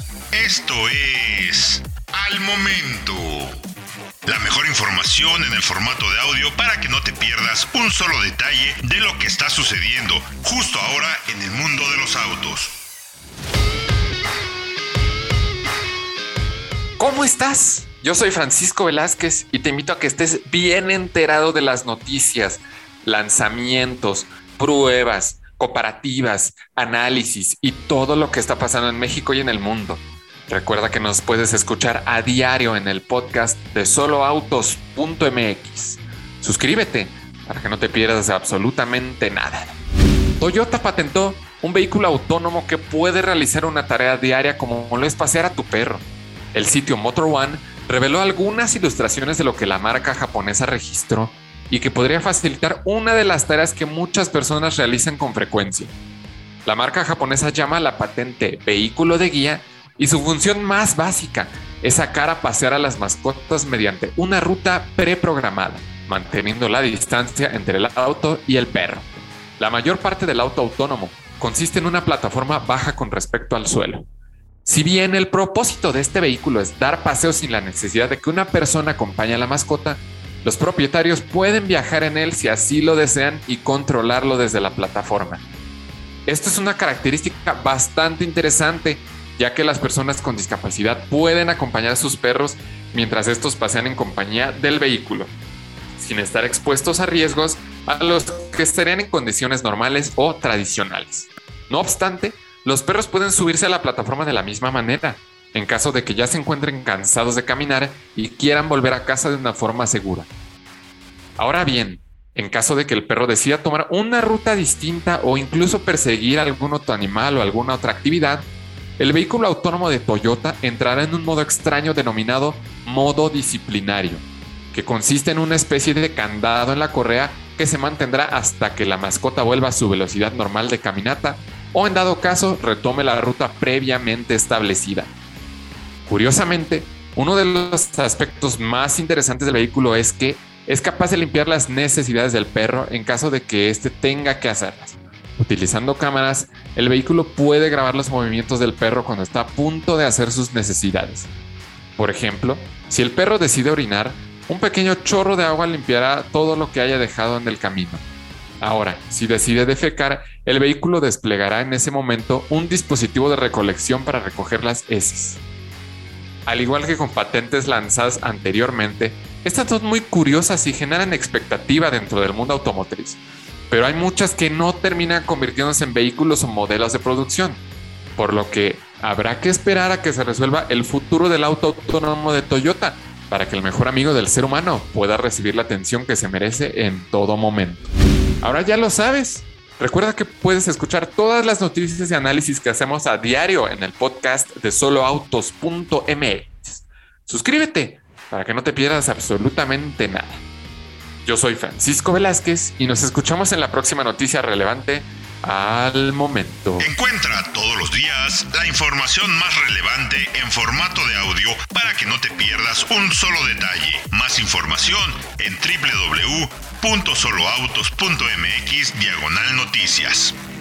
Esto es Al Momento. La mejor información en el formato de audio para que no te pierdas un solo detalle de lo que está sucediendo justo ahora en el mundo de los autos. ¿Cómo estás? Yo soy Francisco Velázquez y te invito a que estés bien enterado de las noticias, lanzamientos, pruebas, comparativas, análisis y todo lo que está pasando en México y en el mundo. Recuerda que nos puedes escuchar a diario en el podcast de soloautos.mx. Suscríbete para que no te pierdas absolutamente nada. Toyota patentó un vehículo autónomo que puede realizar una tarea diaria como lo es pasear a tu perro. El sitio Motor One reveló algunas ilustraciones de lo que la marca japonesa registró y que podría facilitar una de las tareas que muchas personas realizan con frecuencia. La marca japonesa llama a la patente vehículo de guía y su función más básica es sacar a pasear a las mascotas mediante una ruta preprogramada, manteniendo la distancia entre el auto y el perro. La mayor parte del auto autónomo consiste en una plataforma baja con respecto al suelo. Si bien el propósito de este vehículo es dar paseos sin la necesidad de que una persona acompañe a la mascota, los propietarios pueden viajar en él si así lo desean y controlarlo desde la plataforma. Esto es una característica bastante interesante, ya que las personas con discapacidad pueden acompañar a sus perros mientras estos pasean en compañía del vehículo, sin estar expuestos a riesgos a los que estarían en condiciones normales o tradicionales. No obstante, los perros pueden subirse a la plataforma de la misma manera, en caso de que ya se encuentren cansados de caminar y quieran volver a casa de una forma segura. Ahora bien, en caso de que el perro decida tomar una ruta distinta o incluso perseguir algún otro animal o alguna otra actividad, el vehículo autónomo de Toyota entrará en un modo extraño denominado modo disciplinario, que consiste en una especie de candado en la correa que se mantendrá hasta que la mascota vuelva a su velocidad normal de caminata o en dado caso retome la ruta previamente establecida. Curiosamente, uno de los aspectos más interesantes del vehículo es que es capaz de limpiar las necesidades del perro en caso de que éste tenga que hacerlas. Utilizando cámaras, el vehículo puede grabar los movimientos del perro cuando está a punto de hacer sus necesidades. Por ejemplo, si el perro decide orinar, un pequeño chorro de agua limpiará todo lo que haya dejado en el camino. Ahora, si decide defecar, el vehículo desplegará en ese momento un dispositivo de recolección para recoger las heces. Al igual que con patentes lanzadas anteriormente, estas son muy curiosas y generan expectativa dentro del mundo automotriz, pero hay muchas que no terminan convirtiéndose en vehículos o modelos de producción, por lo que habrá que esperar a que se resuelva el futuro del auto autónomo de Toyota, para que el mejor amigo del ser humano pueda recibir la atención que se merece en todo momento. Ahora ya lo sabes. Recuerda que puedes escuchar todas las noticias y análisis que hacemos a diario en el podcast de soloautos.mx. Suscríbete para que no te pierdas absolutamente nada. Yo soy Francisco Velázquez y nos escuchamos en la próxima noticia relevante al momento. Encuentra todos los días la información más relevante en formato de audio para que no te pierdas un solo detalle. Más información en www.soloautos.mx/noticias.